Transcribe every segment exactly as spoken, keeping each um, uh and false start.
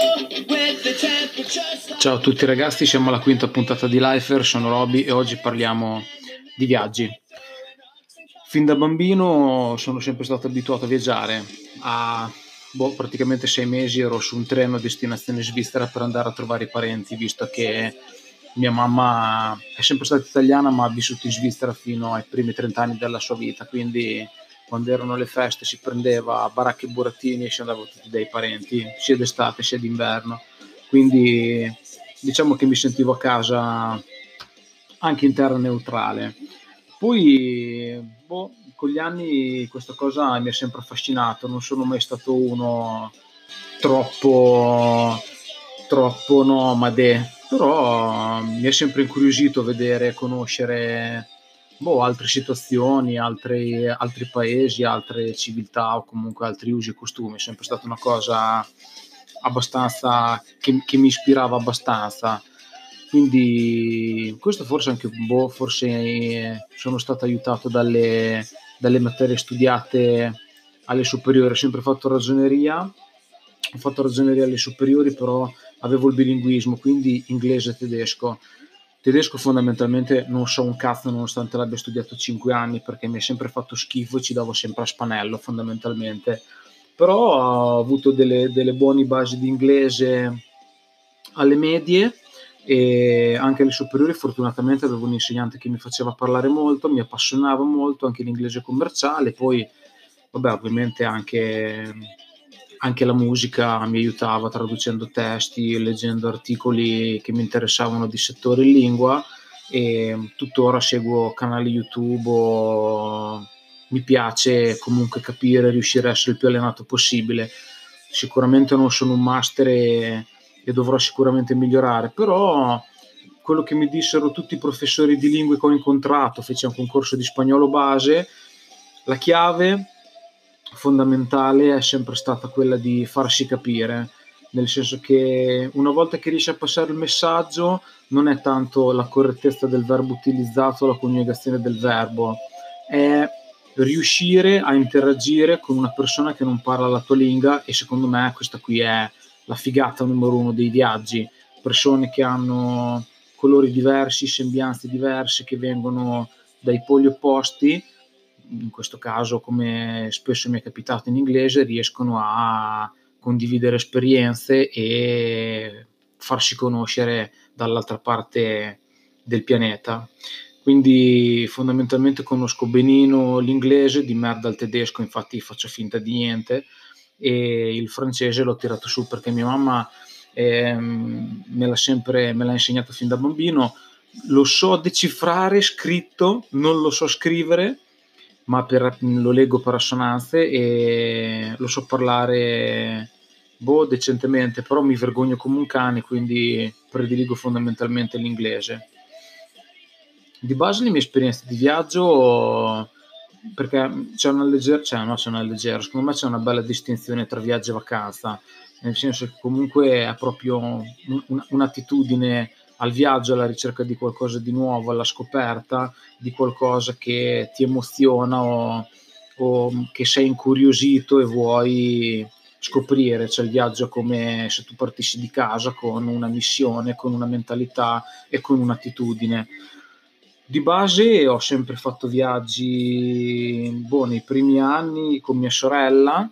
Ciao a tutti ragazzi, siamo alla quinta puntata di Lifer, sono Roby e oggi parliamo di viaggi. Fin da bambino sono sempre stato abituato a viaggiare. A boh, praticamente sei mesi ero su un treno a destinazione Svizzera per andare a trovare i parenti, visto che mia mamma è sempre stata italiana ma ha vissuto in Svizzera fino ai primi trenta anni della sua vita, quindi quando erano le feste si prendeva baracche e burattini e si andava tutti dai parenti, sia d'estate sia d'inverno. Quindi diciamo che mi sentivo a casa anche in terra neutrale. Poi boh, con gli anni questa cosa mi ha sempre affascinato, non sono mai stato uno troppo troppo nomade, però mi è sempre incuriosito vedere, conoscere boh, altre situazioni, altri, altri paesi, altre civiltà o comunque altri usi e costumi. È sempre stata una cosa abbastanza che, che mi ispirava abbastanza. Quindi questo forse anche boh, forse eh, sono stato aiutato dalle, dalle materie studiate alle superiori. Ho sempre fatto ragioneria, ho fatto ragioneria alle superiori, però avevo il bilinguismo, quindi inglese e tedesco. Tedesco fondamentalmente non so un cazzo nonostante l'abbia studiato cinque anni, perché mi è sempre fatto schifo e ci davo sempre a spanello fondamentalmente. Però ho avuto delle, delle buone basi di inglese alle medie e anche alle superiori fortunatamente avevo un insegnante che mi faceva parlare molto, mi appassionava molto anche l'inglese commerciale. Poi vabbè, ovviamente anche, anche la musica mi aiutava traducendo testi, leggendo articoli che mi interessavano di settore in lingua, e tuttora seguo canali YouTube o mi piace comunque capire, riuscire a essere il più allenato possibile. Sicuramente non sono un master e, e dovrò sicuramente migliorare, però quello che mi dissero tutti i professori di lingue che ho incontrato, feci anche un corso di spagnolo base, la chiave fondamentale è sempre stata quella di farsi capire, nel senso che una volta che riesci a passare il messaggio non è tanto la correttezza del verbo utilizzato, la coniugazione del verbo, è riuscire a interagire con una persona che non parla la tua lingua. E secondo me questa qui è la figata numero uno dei viaggi: persone che hanno colori diversi, sembianze diverse, che vengono dai poli opposti, in questo caso come spesso mi è capitato in inglese, riescono a condividere esperienze e farsi conoscere dall'altra parte del pianeta. Quindi fondamentalmente conosco benino l'inglese, di merda il tedesco infatti faccio finta di niente, e il francese l'ho tirato su perché mia mamma ehm, me l'ha sempre me l'ha insegnato fin da bambino. Lo so decifrare scritto, non lo so scrivere, ma per, lo leggo per assonanze, e lo so parlare boh, decentemente, però mi vergogno come un cane, quindi prediligo fondamentalmente l'inglese. Di base le mie esperienze di viaggio, perché c'è una leggera, cioè no, c'è una leggera, secondo me c'è una bella distinzione tra viaggio e vacanza, nel senso che comunque è proprio un, un'attitudine al viaggio, alla ricerca di qualcosa di nuovo, alla scoperta di qualcosa che ti emoziona o, o che sei incuriosito e vuoi scoprire. C'è il viaggio come se tu partissi di casa con una missione, con una mentalità e con un'attitudine. Di base ho sempre fatto viaggi boh, nei primi anni con mia sorella,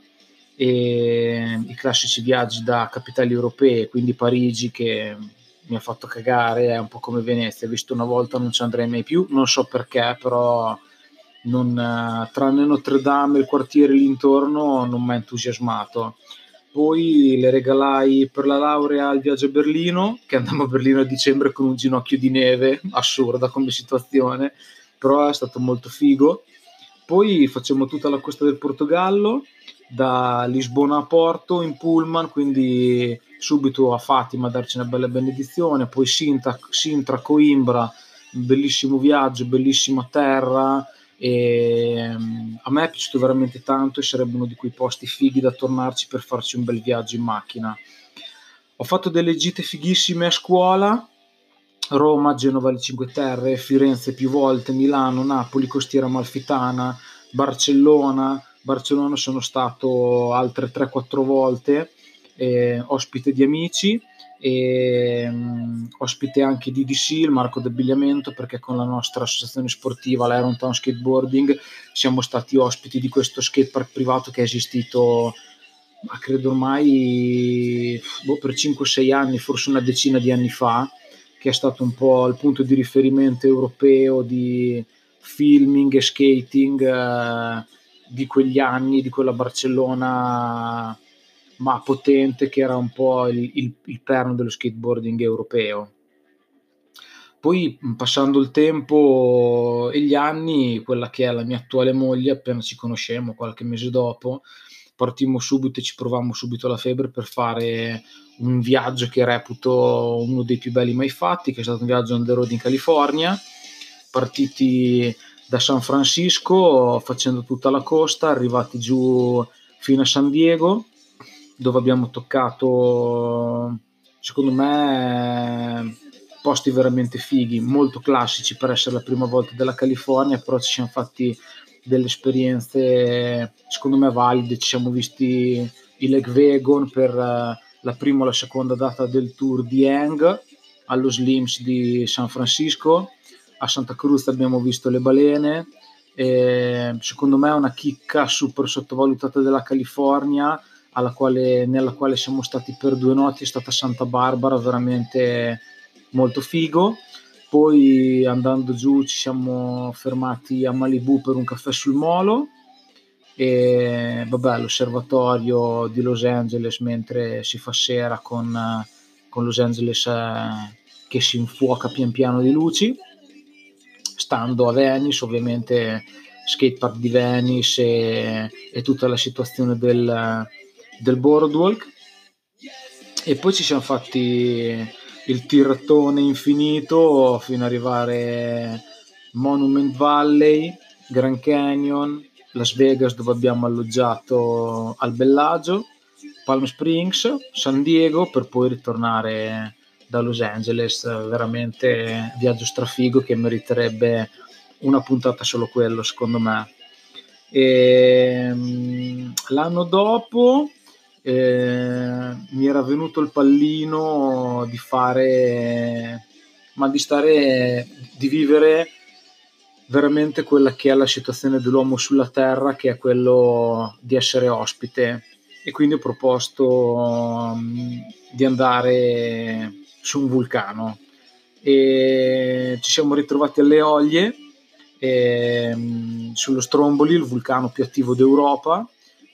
e i classici viaggi da capitali europee, quindi Parigi che mi ha fatto cagare, è un po' come Venezia, visto una volta non ci andrei mai più, non so perché, però non, eh, tranne Notre Dame e il quartiere lì intorno non mi ha entusiasmato. Poi le regalai per la laurea il viaggio a Berlino, che andammo a Berlino a dicembre con un ginocchio di neve, assurda come situazione, però è stato molto figo. Poi facciamo tutta la costa del Portogallo, da Lisbona a Porto in pullman, quindi subito a Fatima a darci una bella benedizione, poi Sintra, Sintra Coimbra, un bellissimo viaggio, bellissima terra, e um, a me è piaciuto veramente tanto e sarebbe uno di quei posti fighi da tornarci per farci un bel viaggio in macchina. Ho fatto delle gite fighissime a scuola: Roma, Genova, le Cinque Terre, Firenze più volte, Milano, Napoli, Costiera Amalfitana, Barcellona. Barcellona sono stato altre tre quattro volte, eh, ospite di amici e um, ospite anche di D C, il marco d'abbigliamento, perché con la nostra associazione sportiva, l'Iron Town Skateboarding, siamo stati ospiti di questo skatepark privato che è esistito, ma credo ormai boh, per cinque sei anni, forse una decina di anni fa, che è stato un po' il punto di riferimento europeo di filming e skating eh, di quegli anni, di quella Barcellona ma potente, che era un po' il, il, il perno dello skateboarding europeo. Poi, passando il tempo e gli anni, quella che è la mia attuale moglie, appena ci conoscemmo, qualche mese dopo, partimmo subito e ci provammo subito la febbre per fare un viaggio che reputo uno dei più belli mai fatti, che è stato un viaggio on the road in California, partiti da San Francisco facendo tutta la costa, arrivati giù fino a San Diego, dove abbiamo toccato, secondo me, posti veramente fighi, molto classici per essere la prima volta della California, però ci siamo fatti delle esperienze secondo me valide. Ci siamo visti i Lagwagon per la prima o la seconda data del tour di Hang allo Slims di San Francisco. A Santa Cruz abbiamo visto le balene, e secondo me è una chicca super sottovalutata della California, alla quale, nella quale siamo stati per due notti, è stata Santa Barbara, veramente molto figo. Poi andando giù ci siamo fermati a Malibu per un caffè sul molo e vabbè, l'osservatorio di Los Angeles mentre si fa sera con, con Los Angeles eh, che si infuoca pian piano di luci. Stando a Venice, ovviamente skatepark di Venice e, e tutta la situazione del, del boardwalk. E poi ci siamo fatti il tirattone infinito fino ad arrivare Monument Valley, Grand Canyon, Las Vegas, dove abbiamo alloggiato al Bellagio, Palm Springs, San Diego, per poi ritornare da Los Angeles. Veramente viaggio strafigo che meriterebbe una puntata solo quello, secondo me. E, l'anno dopo eh, mi era venuto il pallino di fare, ma di stare, di vivere veramente quella che è la situazione dell'uomo sulla terra, che è quello di essere ospite, e quindi ho proposto um, di andare su un vulcano e ci siamo ritrovati alle Olie, e, um, sullo Stromboli, il vulcano più attivo d'Europa,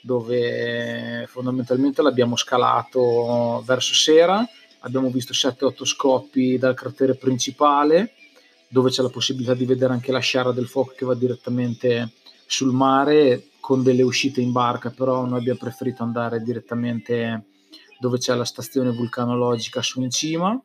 dove fondamentalmente l'abbiamo scalato verso sera, abbiamo visto sette otto scoppi dal cratere principale, dove c'è la possibilità di vedere anche la sciara del fuoco che va direttamente sul mare, con delle uscite in barca, però noi abbiamo preferito andare direttamente dove c'è la stazione vulcanologica su in cima.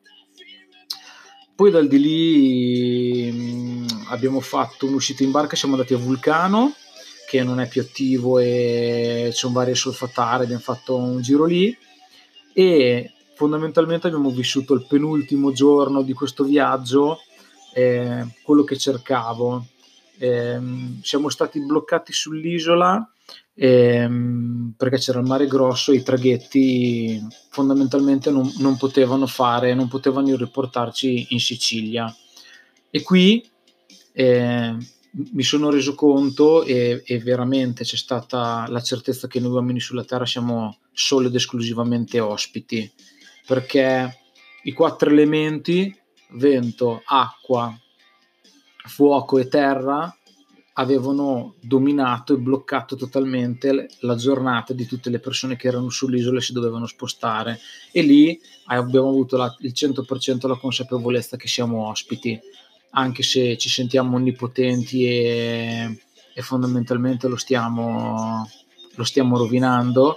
Poi dal di lì mh, abbiamo fatto un'uscita in barca, siamo andati a Vulcano, che non è più attivo e ci sono varie solfatare, abbiamo fatto un giro lì e fondamentalmente abbiamo vissuto il penultimo giorno di questo viaggio, eh, quello che cercavo. Eh, siamo stati bloccati sull'isola eh, perché c'era il mare grosso e i traghetti fondamentalmente non, non potevano fare, non potevano riportarci in Sicilia. E qui eh, mi sono reso conto e, e veramente c'è stata la certezza che noi uomini sulla terra siamo solo ed esclusivamente ospiti, perché i quattro elementi, vento, acqua, fuoco e terra, avevano dominato e bloccato totalmente la giornata di tutte le persone che erano sull'isola e si dovevano spostare, e lì abbiamo avuto la, il cento per cento la consapevolezza che siamo ospiti, anche se ci sentiamo onnipotenti e, e fondamentalmente lo stiamo, lo stiamo rovinando,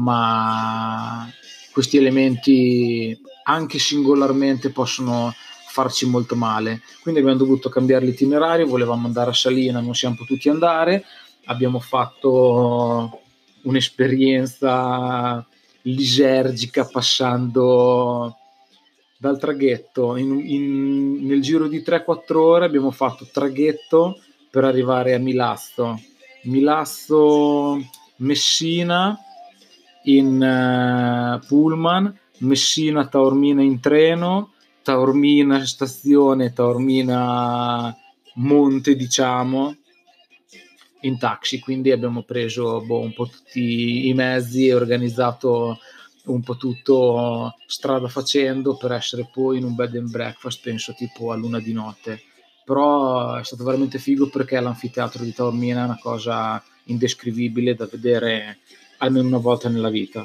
ma questi elementi anche singolarmente possono farci molto male. Quindi abbiamo dovuto cambiare l'itinerario, volevamo andare a Salina, non siamo potuti andare, abbiamo fatto un'esperienza lisergica passando dal traghetto in, in, nel giro di tre quattro ore abbiamo fatto traghetto per arrivare a Milazzo Milazzo Messina, in uh, pullman, Messina Taormina in treno, Taormina stazione, Taormina monte, diciamo, in taxi. Quindi abbiamo preso boh, un po' tutti i mezzi e organizzato un po' tutto strada facendo per essere poi in un bed and breakfast, penso tipo a luna di notte. Però è stato veramente figo perché l'anfiteatro di Taormina è una cosa indescrivibile da vedere almeno una volta nella vita.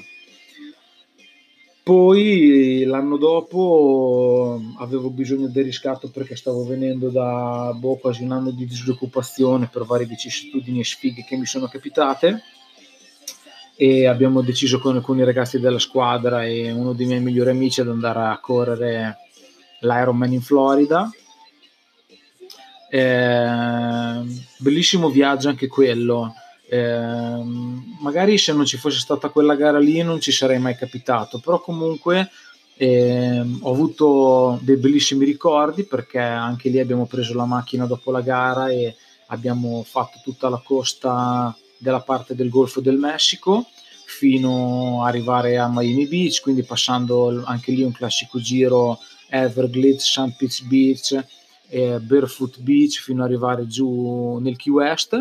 Poi l'anno dopo avevo bisogno del riscatto perché stavo venendo da boh, quasi un anno di disoccupazione per varie vicissitudini e sfighe che mi sono capitate, e abbiamo deciso con alcuni ragazzi della squadra e uno dei miei migliori amici ad andare a correre l'Ironman in Florida. Eh, bellissimo viaggio anche quello. Eh, magari se non ci fosse stata quella gara lì non ci sarei mai capitato, però comunque eh, ho avuto dei bellissimi ricordi perché anche lì abbiamo preso la macchina dopo la gara e abbiamo fatto tutta la costa della parte del Golfo del Messico fino ad arrivare a Miami Beach, quindi passando anche lì un classico giro Everglades, Sun Beach Beach, eh, Barefoot Beach, fino ad arrivare giù nel Key West,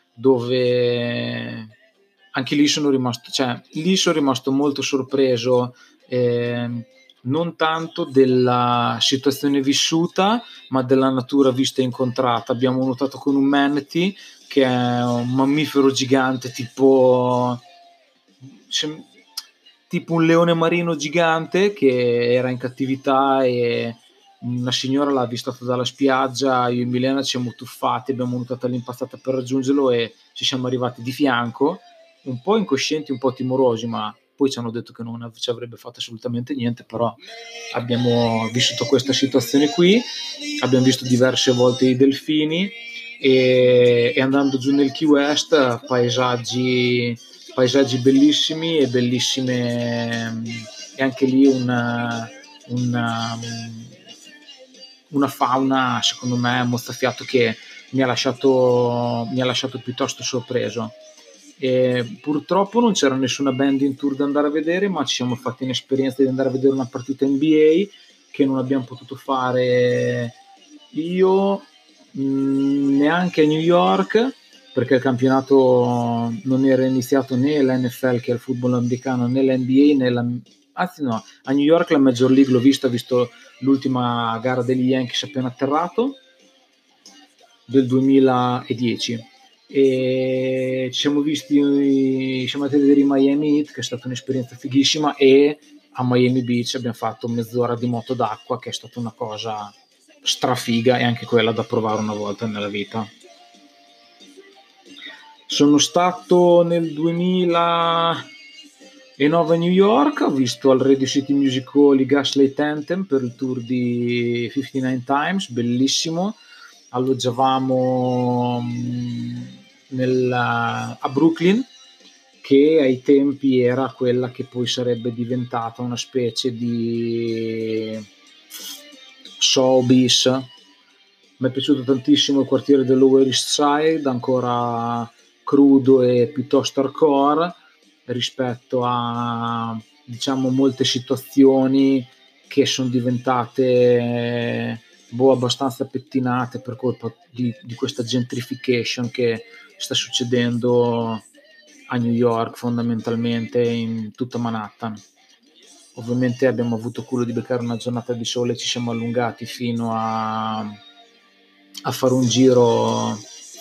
dove anche lì sono rimasto, cioè lì sono rimasto molto sorpreso, eh, non tanto della situazione vissuta, ma della natura vista e incontrata. Abbiamo nuotato con un manatee, che è un mammifero gigante tipo tipo un leone marino gigante che era in cattività, e una signora l'ha avvistato dalla spiaggia. Io e Milena ci siamo tuffati, abbiamo nuotato all'impazzata per raggiungerlo e ci siamo arrivati di fianco, un po' incoscienti, un po' timorosi, ma poi ci hanno detto che non ci avrebbe fatto assolutamente niente. Però abbiamo vissuto questa situazione qui, abbiamo visto diverse volte i delfini, e, e andando giù nel Key West, paesaggi paesaggi bellissimi e bellissime, e anche lì una, una, una fauna secondo me mozzafiato che mi ha lasciato mi ha lasciato piuttosto sorpreso. E purtroppo non c'era nessuna band in tour da andare a vedere, ma ci siamo fatti un'esperienza di andare a vedere una partita N B A che non abbiamo potuto fare io mh, neanche a New York, perché il campionato non era iniziato, né l'N F L che è il football americano, né l'N B A, né la, anzi no, a New York la Major League l'ho vista, ho visto l'ultima gara degli Yankees appena atterrato del duemiladieci, e ci siamo visti, ci siamo andati a vedere i Miami Heat, che è stata un'esperienza fighissima, e a Miami Beach abbiamo fatto mezz'ora di moto d'acqua, che è stata una cosa strafiga e anche quella da provare una volta nella vita. Sono stato nel duemilanove a New York, ho visto al Radio City Music Hall i Gaslight Anthem per il tour di cinquantanove Times, bellissimo. Alloggiavamo nel, a Brooklyn, che ai tempi era quella che poi sarebbe diventata una specie di Sobeys. Mi è piaciuto tantissimo il quartiere del Lower East Side, ancora crudo e piuttosto hardcore rispetto a, diciamo, molte situazioni che sono diventate boh, abbastanza pettinate per colpa di, di questa gentrification che sta succedendo a New York, fondamentalmente in tutta Manhattan. Ovviamente abbiamo avuto culo di beccare una giornata di sole, ci siamo allungati fino a, a fare un giro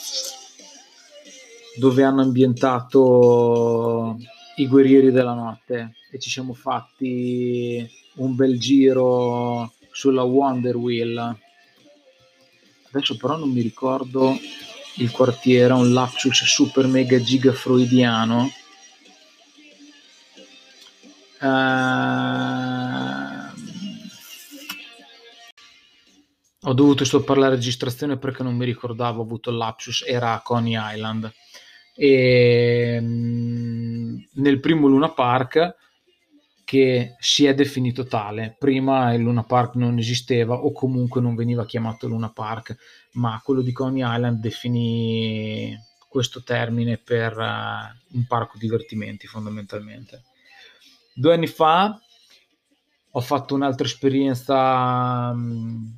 dove hanno ambientato i guerrieri della notte, e ci siamo fatti un bel giro sulla Wonder Wheel. Adesso però non mi ricordo il quartiere, un lapsus super mega giga freudiano. Uh, ho dovuto stoppare la registrazione perché non mi ricordavo, ho avuto il lapsus, era a Coney Island. E nel primo Luna Park, che si è definito tale, prima il Luna Park non esisteva, o comunque non veniva chiamato Luna Park, ma quello di Coney Island definì questo termine per uh, un parco divertimenti fondamentalmente. due anni fa ho fatto un'altra esperienza, mhmm,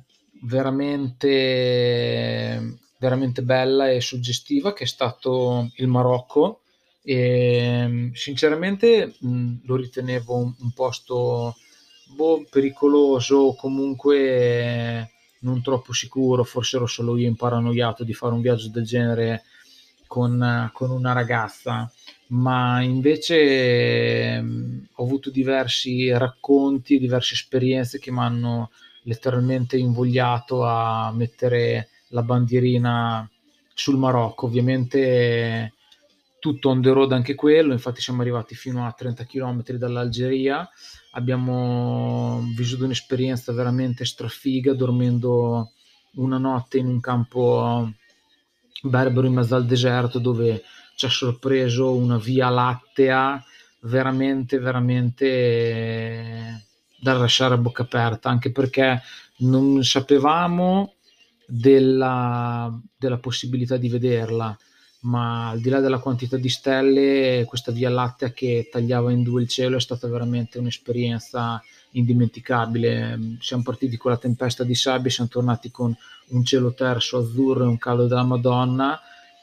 veramente veramente bella e suggestiva, che è stato il Marocco. Ehm, sinceramente, mhmm, lo ritenevo un un posto, boh, pericoloso, comunque non troppo sicuro, forse ero solo io imparanoiato di fare un viaggio del genere con con una ragazza, ma invece, mhmm, ho avuto diversi racconti, diverse esperienze che m'hanno letteralmente invogliato a mettere la bandierina sul Marocco. Ovviamente tutto on the road anche quello, infatti siamo arrivati fino a trenta chilometri dall'Algeria. Abbiamo vissuto un'esperienza veramente strafiga, dormendo una notte in un campo berbero in mezzo al deserto, dove ci ha sorpreso una via lattea veramente, veramente eh, da lasciare a bocca aperta, anche perché non sapevamo della, della possibilità di vederla, ma al di là della quantità di stelle, questa via lattea che tagliava in due il cielo è stata veramente un'esperienza indimenticabile. Siamo partiti con la tempesta di sabbia e siamo tornati con un cielo terso, azzurro e un caldo della Madonna.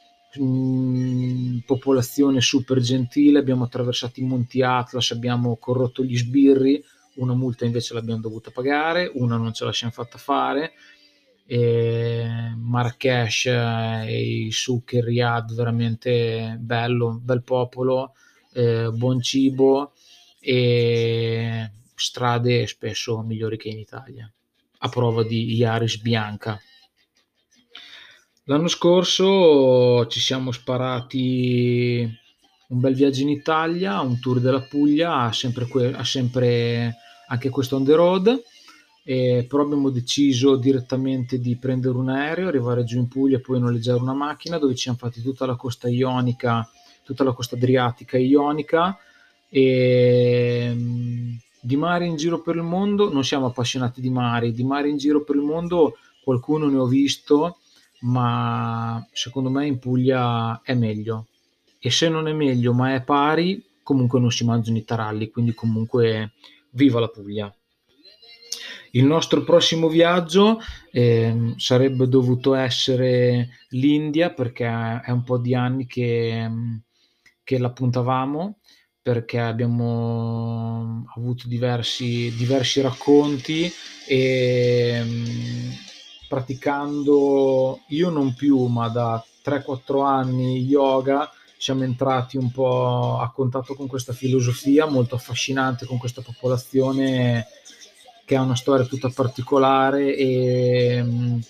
Mm, popolazione super gentile, abbiamo attraversato i Monti Atlas, abbiamo corrotto gli sbirri, una multa invece l'abbiamo dovuta pagare, una non ce la siamo fatta fare. E Marrakesh e i souk e Riyadh, veramente bello, bel popolo, eh, buon cibo e strade spesso migliori che in Italia, a prova di Yaris bianca. L'anno scorso ci siamo sparati un bel viaggio in Italia, un tour della Puglia, ha sempre, que- ha sempre anche questo on the road, e però abbiamo deciso direttamente di prendere un aereo, arrivare giù in Puglia e poi noleggiare una macchina, dove ci siamo fatti tutta la costa ionica, tutta la costa adriatica e ionica. E mh, di mare in giro per il mondo non siamo appassionati di mare, di mare in giro per il mondo qualcuno ne ho visto, ma secondo me in Puglia è meglio. E se non è meglio, ma è pari, comunque non si mangiano i taralli, quindi comunque viva la Puglia. Il nostro prossimo viaggio eh, sarebbe dovuto essere l'India, perché è un po' di anni che, che la puntavamo, perché abbiamo avuto diversi, diversi racconti e mh, praticando io non più, ma da tre quattro anni yoga, siamo entrati un po' a contatto con questa filosofia molto affascinante, con questa popolazione che ha una storia tutta particolare e mh,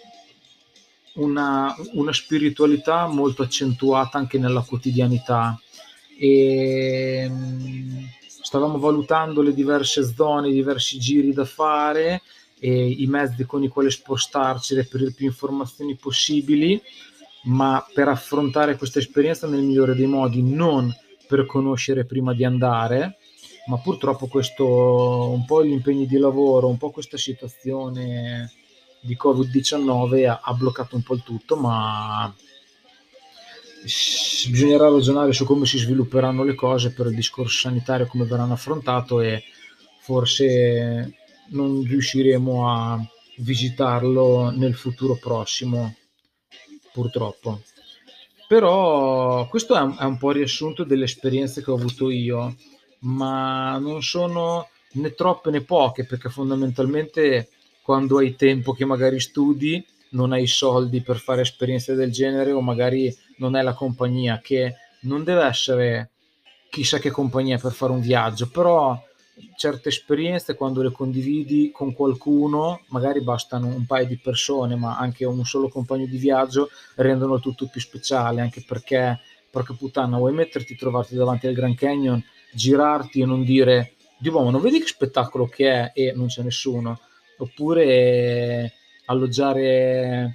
una, una spiritualità molto accentuata anche nella quotidianità. E mh, stavamo valutando le diverse zone, i diversi giri da fare e i mezzi con i quali spostarci, reperire più informazioni possibili, ma per affrontare questa esperienza nel migliore dei modi, non per conoscere prima di andare, ma purtroppo questo, un po' gli impegni di lavoro, un po' questa situazione di covid diciannove ha, ha bloccato un po' il tutto, ma bisognerà ragionare su come si svilupperanno le cose per il discorso sanitario, come verranno affrontato, e forse non riusciremo a visitarlo nel futuro prossimo, purtroppo. Però questo è un, è un po' il riassunto delle esperienze che ho avuto io, ma non sono né troppe né poche, perché fondamentalmente quando hai tempo che magari studi, non hai soldi per fare esperienze del genere, o magari non hai la compagnia, che non deve essere chissà che compagnia per fare un viaggio, però certe esperienze quando le condividi con qualcuno, magari bastano un paio di persone, ma anche un solo compagno di viaggio rendono il tutto più speciale, anche perché, porca puttana, vuoi metterti, trovarti davanti al Grand Canyon, girarti e non dire Dio, ma non vedi che spettacolo che è e non c'è nessuno, oppure alloggiare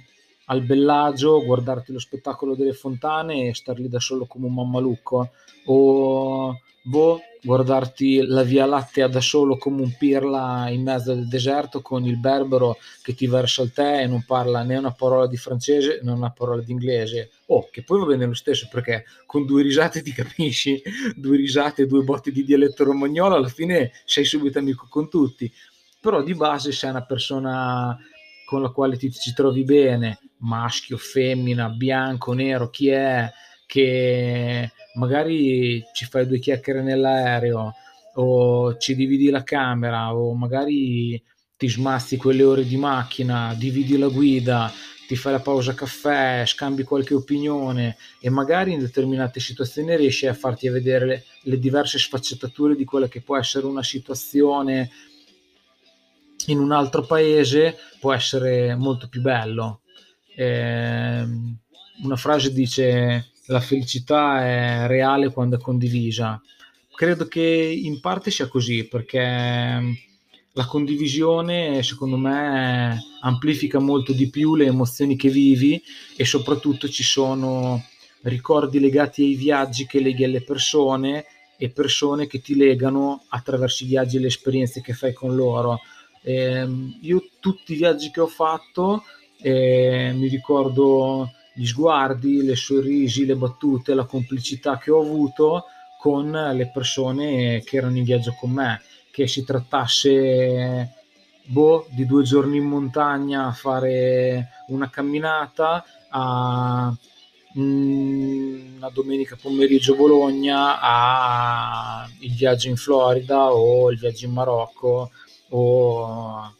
al Bellagio, guardarti lo spettacolo delle fontane e star lì da solo come un mammalucco, o boh, guardarti la Via Lattea da solo come un pirla in mezzo al deserto con il berbero che ti versa il tè e non parla né una parola di francese né una parola di inglese. Oh, che poi va bene lo stesso perché con due risate ti capisci, due risate, due botti di dialetto romagnolo, alla fine sei subito amico con tutti. Però di base sei una persona con la quale ti ci trovi bene, maschio, femmina, bianco, nero, chi è, che magari ci fai due chiacchiere nell'aereo o ci dividi la camera o magari ti smazzi quelle ore di macchina, dividi la guida, ti fai la pausa caffè, scambi qualche opinione e magari in determinate situazioni riesci a farti vedere le, le diverse sfaccettature di quella che può essere una situazione in un altro paese, può essere molto più bello. Eh, una frase dice: la felicità è reale quando è condivisa. Credo che in parte sia così, perché la condivisione, secondo me, amplifica molto di più le emozioni che vivi e soprattutto ci sono ricordi legati ai viaggi che leghi alle persone e persone che ti legano attraverso i viaggi e le esperienze che fai con loro. Eh, io tutti i viaggi che ho fatto eh, mi ricordo gli sguardi, le sorrisi, le battute, la complicità che ho avuto con le persone che erano in viaggio con me, che si trattasse boh, di due giorni in montagna a fare una camminata, a mm, una domenica pomeriggio a Bologna, a il viaggio in Florida o il viaggio in Marocco o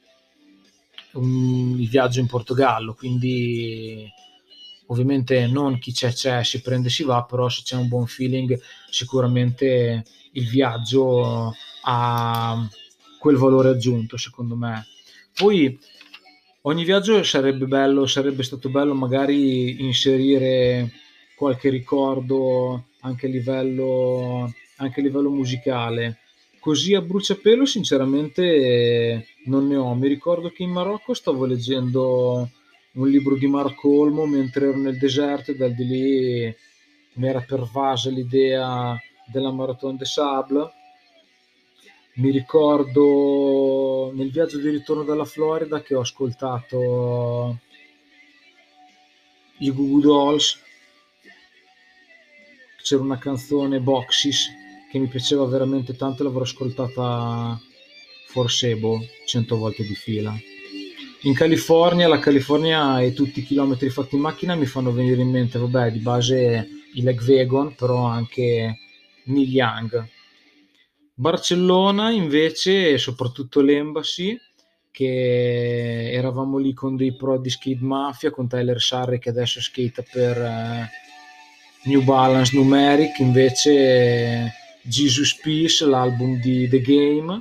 um, il viaggio in Portogallo. Quindi ovviamente non chi c'è c'è, si prende si va, però se c'è un buon feeling sicuramente il viaggio ha quel valore aggiunto, secondo me. Poi ogni viaggio sarebbe bello, sarebbe stato bello magari inserire qualche ricordo anche a livello, anche a livello musicale. Così a bruciapelo sinceramente eh, non ne ho. Mi ricordo che in Marocco stavo leggendo un libro di Marco Olmo mentre ero nel deserto e da di lì mi era pervasa l'idea della Marathon des Sables. Mi ricordo nel viaggio di ritorno dalla Florida che ho ascoltato i Goo Goo Dolls, c'era una canzone Boxes che mi piaceva veramente tanto e l'avrò ascoltata forse boh, cento volte di fila. In California, la California e tutti i chilometri fatti in macchina mi fanno venire in mente, vabbè, di base i Lagwagon, però anche Neil Young. Barcellona invece, e soprattutto l'Embassy, che eravamo lì con dei pro di Skate Mafia, con Tyler Sarri che adesso skate per eh, New Balance Numeric, invece eh, Jesus Peace, l'album di The Game.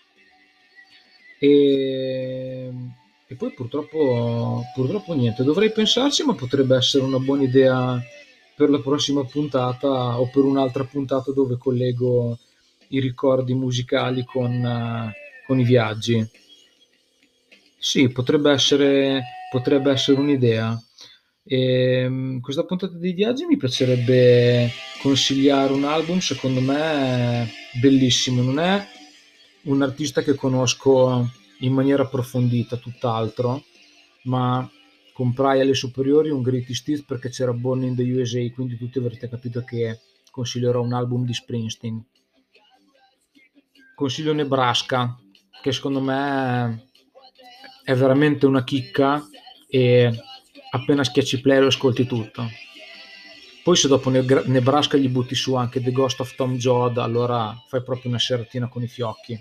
E, e poi purtroppo, purtroppo niente, dovrei pensarci, ma potrebbe essere una buona idea per la prossima puntata o per un'altra puntata dove collego i ricordi musicali con, eh, con i viaggi. Sì, potrebbe essere, potrebbe essere un'idea. E, questa puntata di viaggi mi piacerebbe consigliare un album, secondo me bellissimo. Non è un artista che conosco in maniera approfondita, tutt'altro, ma comprai alle superiori un Greatest Hits perché c'era Born in the U S A, quindi tutti avrete capito che consiglierò un album di Springsteen. Consiglio Nebraska, che secondo me è veramente una chicca e appena schiacci play lo ascolti tutto. Poi se dopo Nebraska gli butti su anche The Ghost of Tom Joad, allora fai proprio una seratina con i fiocchi.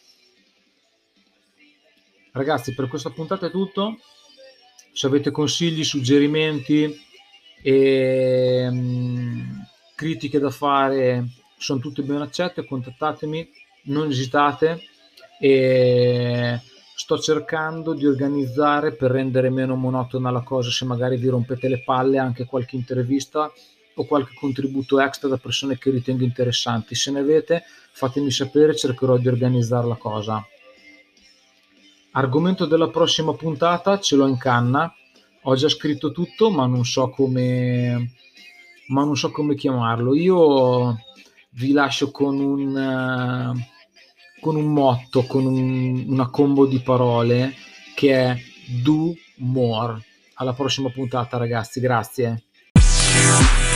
Ragazzi, per questa puntata è tutto. Se avete consigli, suggerimenti e um, critiche da fare, sono tutte ben accette, contattatemi, non esitate. E sto cercando di organizzare, per rendere meno monotona la cosa, se magari vi rompete le palle, anche qualche intervista o qualche contributo extra da persone che ritengo interessanti. Se ne avete, fatemi sapere, cercherò di organizzare la cosa. Argomento della prossima puntata ce l'ho in canna, Ho già scritto tutto, ma non so come ma non so come chiamarlo. Io vi lascio con un con un motto, con un una combo di parole che è do more. Alla prossima puntata ragazzi, grazie.